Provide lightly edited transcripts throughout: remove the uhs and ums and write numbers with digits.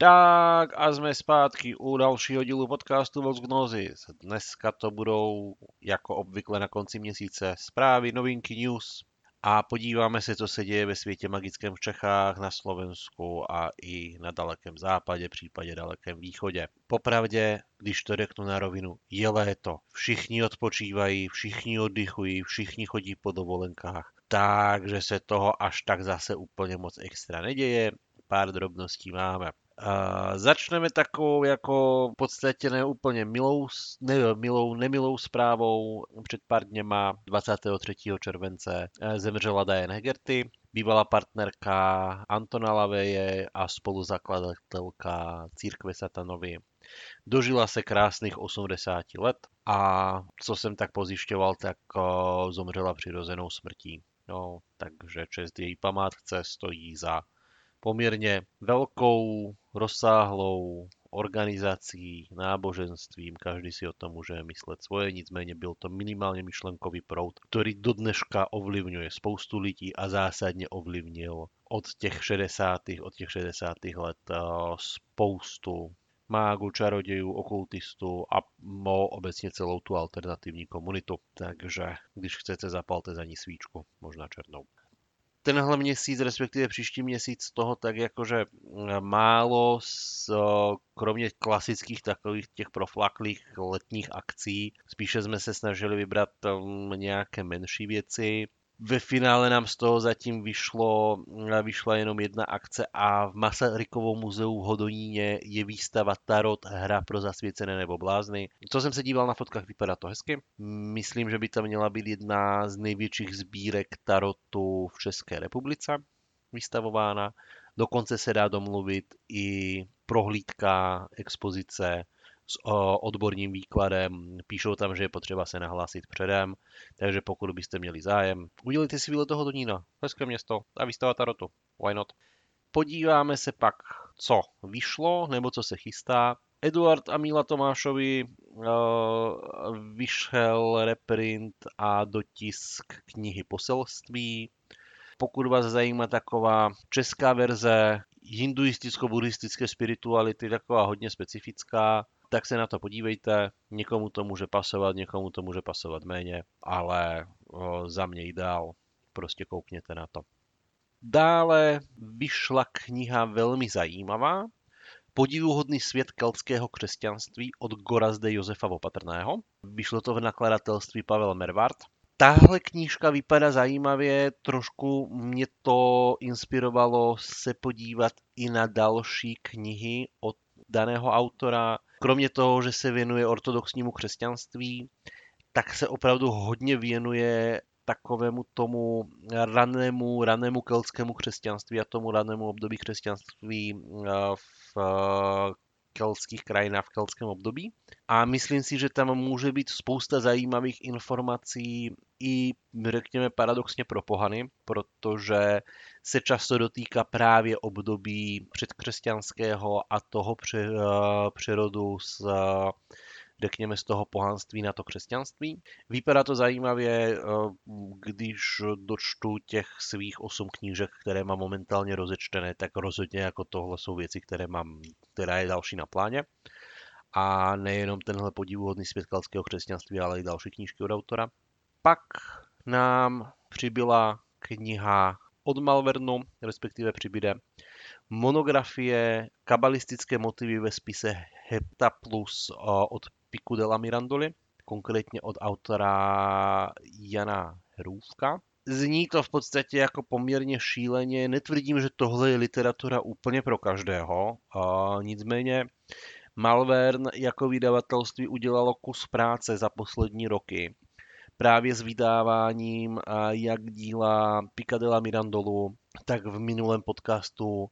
Tak a jsme zpátky u dalšího dílu podcastu Vox Gnosis. Dneska to budou jako obvykle na konci měsíce zprávy, novinky, news a podíváme se, co se děje ve světě magickém v Čechách, na Slovensku a i na dalekém západě, případě dalekém východě. Popravdě, když to řeknu na rovinu, je léto. Všichni odpočívají, všichni oddychují, všichni chodí po dovolenkách. Takže se toho až tak zase úplně moc extra neděje. Pár drobností máme. Začneme takovou jako v podstatě neúplně nemilou zprávou. Před pár dněma 23. července zemřela Diane Hegerty, bývalá partnerka Antona LaVeje a spoluzakladatelka církve Satanovy. Dožila se krásných 80 let a co jsem tak pozjišťoval, tak zomřela přirozenou smrtí. No, takže čest její památce stojí za poměrně velkou, rozsáhlou organizací, náboženstvím, každý si o tom může myslet svoje, nicméně byl to minimálně myšlenkový proud, který do dneška ovlivňuje spoustu lidí a zásadně ovlivnil od těch 60. let spoustu mágů, čarodějů, okultistů a obecně celou tu alternativní komunitu. Takže když chcete, zapalte za ní svíčku, možná černou. Tenhle měsíc, respektive příští měsíc toho tak jakože málo, kromě klasických takových těch proflaklých letních akcí. Spíše jsme se snažili vybrat nějaké menší věci. Ve finále nám z toho zatím vyšla jenom jedna akce a v Masarykovom muzeu v Hodoníně je výstava Tarot, hra pro zasvěcené nebo blázny. Co jsem se díval na fotkách, vypadá to hezky. Myslím, že by to měla být jedna z největších sbírek tarotu v České republice vystavována. Dokonce se dá domluvit i prohlídka expozice s odborným výkladem. Píšou tam, že je potřeba se nahlásit předem, takže pokud byste měli zájem, udělejte si výlet do Hodonína, hezké město a výstava tarotu. Why not? Podíváme se pak, co vyšlo, nebo co se chystá. Eduard a Míla Tomášovi vyšel reprint a dotisk knihy Poselství. Pokud vás zajímá taková česká verze hinduisticko-buddhistické spirituality, taková hodně specifická, tak se na to podívejte. Někomu to může pasovat, někomu to může pasovat méně, ale za mě ideál. Prostě koukněte na to. Dále vyšla kniha velmi zajímavá, Podivuhodný svět keltského křesťanství od Gorazde Josefa Opatrného. Vyšlo to v nakladatelství Pavel Mervart. Tahle knížka vypadá zajímavě, trošku mě to inspirovalo se podívat i na další knihy od daného autora. Kromě toho, že se věnuje ortodoxnímu křesťanství, tak se opravdu hodně věnuje takovému tomu ranému keltskému křesťanství a tomu ranému období křesťanství v keltských krajinách v keltském období. A myslím si, že tam může být spousta zajímavých informací i, řekněme, paradoxně pro pohany, protože se často dotýká právě období předkřesťanského a toho přerodu řekněme, z toho pohanství na to křesťanství. Vypadá to zajímavě, když dočtu těch svých 8 knížek, které mám momentálně rozečtené, tak rozhodně jako tohle jsou věci, která je další na pláně. A nejenom tenhle podivuhodný svět keltského křesťanství, ale i další knížky od autora. Pak nám přibyla kniha od Malvernu, respektive přibyde monografie Kabalistické motivy ve spise Heptaplus od Pico della Mirandoli, konkrétně od autora Jana Hrůvka. Zní to v podstatě jako poměrně šíleně, netvrdím, že tohle je literatura úplně pro každého, nicméně Malvern jako vydavatelství udělalo kus práce za poslední roky. Právě s vydáváním jak díla Pica della Mirandolu, tak v minulém podcastu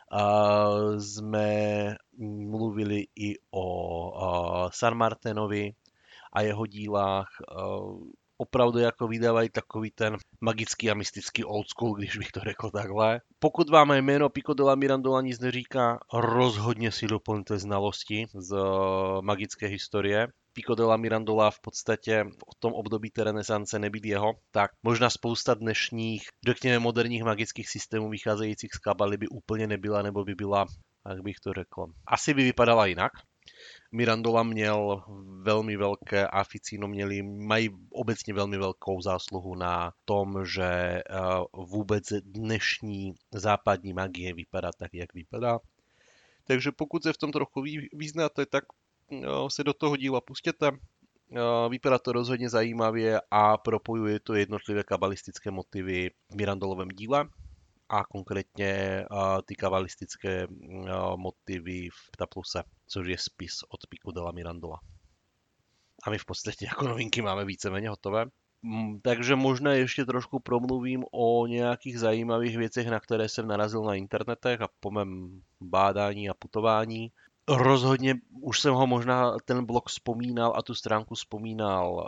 jsme mluvili i o San Martinovi a jeho dílách. Opravdu jako vydávají takový ten magický a mystický old school, když bych to řekl takhle. Pokud vám jméno Pico della Mirandola nic neříká, rozhodně si doplňte znalosti z magické historie. Pico della Mirandola v podstatě v tom období té renesance nebýt jeho, tak možná spousta dnešních, řekněme, moderních magických systémů vycházejících z kabaly by úplně nebyla, nebo by byla jak bych to řekl. Asi by vypadala jinak. Mirandola měl velmi velké a Ficino mají obecně velmi velkou zásluhu na tom, že vůbec dnešní západní magie vypadá tak, jak vypadá. Takže pokud se v tom trochu vyznáte, tak se do toho díla pustěte. Vypadá to rozhodně zajímavě a propojuje to jednotlivé kabalistické motivy v Mirandolovém díle a konkrétně ty kabalistické motivy v Ptapluse, což je spis od Pico della Mirandola. A my v podstatě jako novinky máme víceméně hotové. Takže možná ještě trošku promluvím o nějakých zajímavých věcech, na které jsem narazil na internetech a po mém bádání a putování. Rozhodně už jsem ho možná ten blog vzpomínal a tu stránku vzpomínal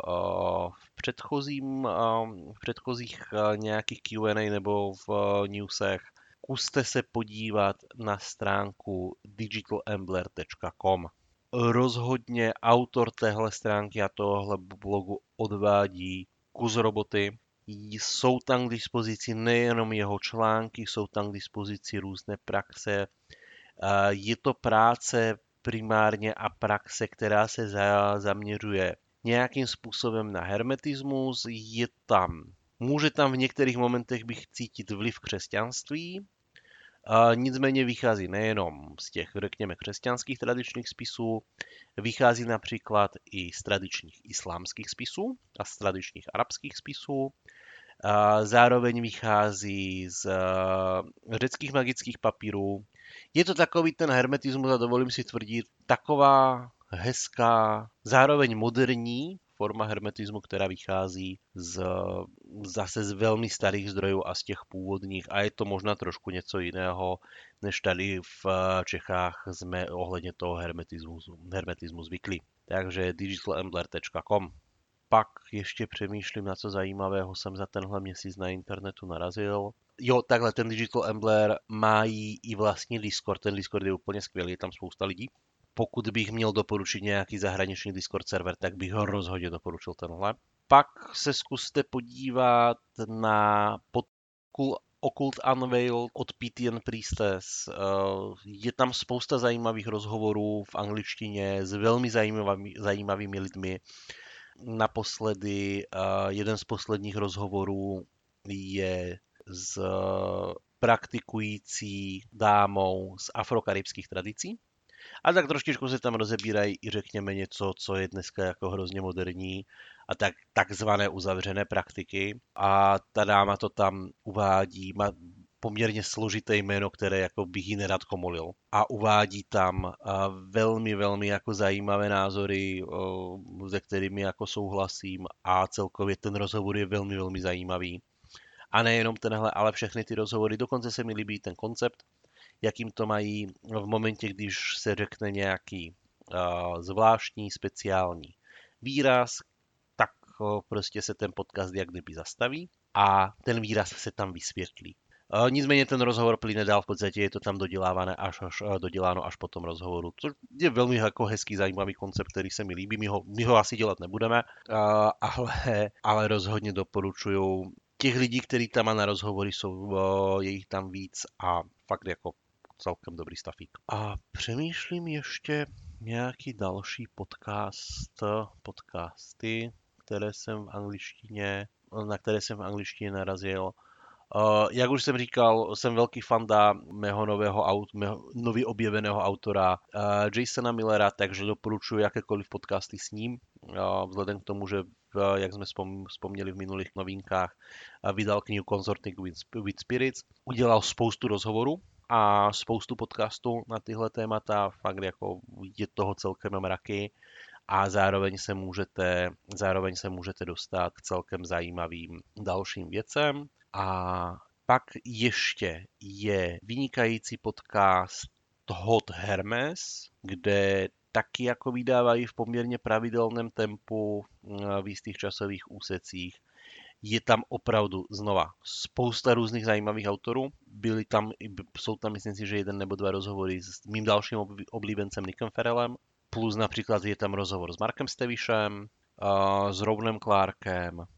v předchozích nějakých Q&A nebo v newsech. Zkuste se podívat na stránku digitalambler.com. Rozhodně autor téhle stránky a tohle blogu odvádí kus roboty. Jsou tam k dispozici nejenom jeho články, jsou tam k dispozici různé praxe. Je to práce primárně a praxe, která se zaměřuje nějakým způsobem na hermetismus. Může tam v některých momentech bych cítit vliv křesťanství, nicméně vychází nejenom z těch, řekněme, křesťanských tradičních spisů, vychází například i z tradičních islámských spisů a z tradičních arabských spisů. Zároveň vychází z řeckých magických papírů. Je to takový ten hermetismus, a dovolím si tvrdit, taková hezká, zároveň moderní forma hermetismu, která vychází zase z velmi starých zdrojů a z těch původních. A je to možná trošku něco jiného, než tady v Čechách jsme ohledně toho hermetismu zvyklí. Takže digitalambler.com. Pak ještě přemýšlím, na co zajímavého jsem za tenhle měsíc na internetu narazil. Jo, takhle, ten Digital Ambler má i vlastní Discord. Ten Discord je úplně skvělý, je tam spousta lidí. Pokud bych měl doporučit nějaký zahraniční Discord server, tak bych ho rozhodně doporučil tenhle. Pak se zkuste podívat na Occult Unveiled od PTN Priestess. Je tam spousta zajímavých rozhovorů v angličtině s velmi zajímavými lidmi. Naposledy jeden z posledních rozhovorů je s praktikující dámou z afrokaribských tradicí. A tak trošičku se tam rozebírají i řekněme něco, co je dneska jako hrozně moderní a takzvané uzavřené praktiky. A ta dáma to tam uvádí, má poměrně složité jméno, které jako bych jí nerad komolil. A uvádí tam velmi, velmi jako zajímavé názory, se kterými jako souhlasím a celkově ten rozhovor je velmi, velmi zajímavý. A nejenom tenhle, ale všechny ty rozhovory, dokonce se mi líbí ten koncept, jakým to mají v momentě, když se řekne nějaký zvláštní, speciální výraz, tak prostě se ten podcast jak kdyby zastaví a ten výraz se tam vysvětlí. Nicméně ten rozhovor plyne dál, v podstatě je to tam doděláno až po tom rozhovoru. To je velmi jako hezký, zajímavý koncept, který se mi líbí. My ho asi dělat nebudeme, ale rozhodně doporučuju. Těch lidí, kteří tam má na rozhovory, je jich tam víc a fakt jako celkem dobrý stafík. A přemýšlím ještě nějaký další podcasty, na které jsem v angličtině narazil. Jak už jsem říkal, jsem velký fanda mého nově objeveného autora Jasona Millera, takže doporučuji jakékoliv podcasty s ním. Vzhledem k tomu, že jak jsme vzpomněli v minulých novinkách, vydal knihu Consorting with Spirits, udělal spoustu rozhovorů a spoustu podcastů na tyhle témata, fakt jako je toho celkem mraky a zároveň se můžete dostat k celkem zajímavým dalším věcem. A pak ještě je vynikající podcast Hot Hermes, kde taky jako vydávají v poměrně pravidelném tempu v jistých časových úsecích. Je tam opravdu znova spousta různých zajímavých autorů. Jsou tam, myslím si, že jeden nebo dva rozhovory s mým dalším oblíbencem Nickem Ferrellem. Plus například je tam rozhovor s Markem Stevishem, s Rowanem Clarkem,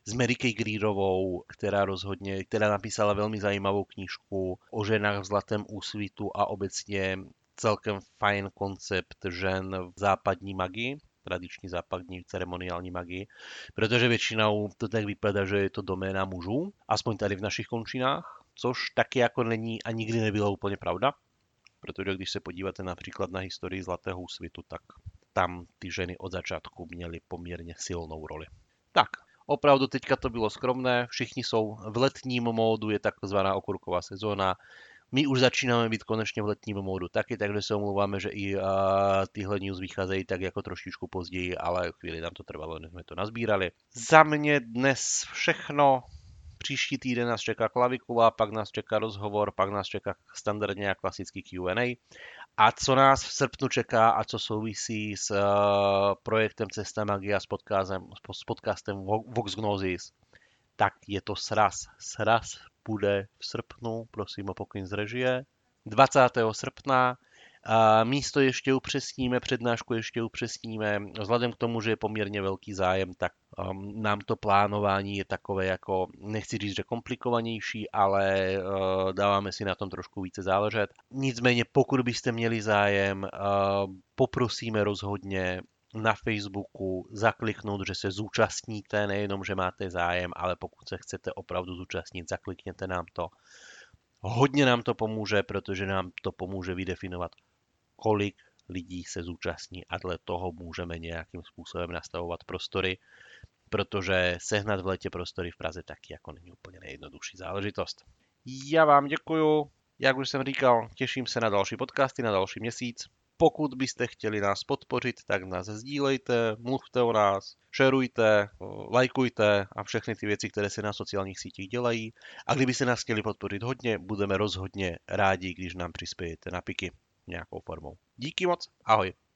s Mary Kay Greerovou, která napísala velmi zajímavou knížku o ženách v zlatém úsvitu a obecně celkem fajn koncept žen v západní magii, tradiční západní ceremoniální magii, protože většinou to tak vypadá, že je to doména mužů, aspoň tady v našich končinách, což taky jako není a nikdy nebyla úplně pravda, protože když se podíváte například na historii Zlatého úsvitu, tak tam ty ženy od začátku měly poměrně silnou roli. Tak, opravdu teďka to bylo skromné, všichni jsou v letním módu, je takzvaná okurková sezóna. My už začínáme být konečně v letním módu taky, takže se omlouváme, že i tyhle news vycházejí tak jako trošičku později, ale chvíli nám to trvalo, než jsme to nazbírali. Za mě dnes všechno. Příští týden nás čeká klavikula, pak nás čeká rozhovor, pak nás čeká standardně a klasický Q&A. A co nás v srpnu čeká a co souvisí s projektem Cesta magie a s podcastem Vox Gnosis, tak je to sraz. Sraz bude v srpnu, prosím o pokyn z režie. 20. srpna. Místo ještě upřesníme, přednášku ještě upřesníme. Vzhledem k tomu, že je poměrně velký zájem, tak nám to plánování je takové jako, nechci říct, že komplikovanější, ale dáváme si na tom trošku více záležet. Nicméně, pokud byste měli zájem, poprosíme rozhodně na Facebooku zakliknout, že se zúčastníte, nejenom, že máte zájem, ale pokud se chcete opravdu zúčastnit, zaklikněte nám to. Hodně nám to pomůže, protože nám to pomůže vydefinovat, kolik lidí se zúčastní a dle toho můžeme nějakým způsobem nastavovat prostory, protože sehnat v létě prostory v Praze taky jako není úplně nejjednodušší záležitost. Já vám děkuju, jak už jsem říkal, těším se na další podcasty, na další měsíc. Pokud byste chtěli nás podpořit, tak nás sdílejte, mluvte o nás, šerujte, lajkujte a všechny ty věci, které se na sociálních sítích dělají. A kdybyste nás chtěli podpořit hodně, budeme rozhodně rádi, když nám přispějete na piky nějakou formou. Díky moc, ahoj.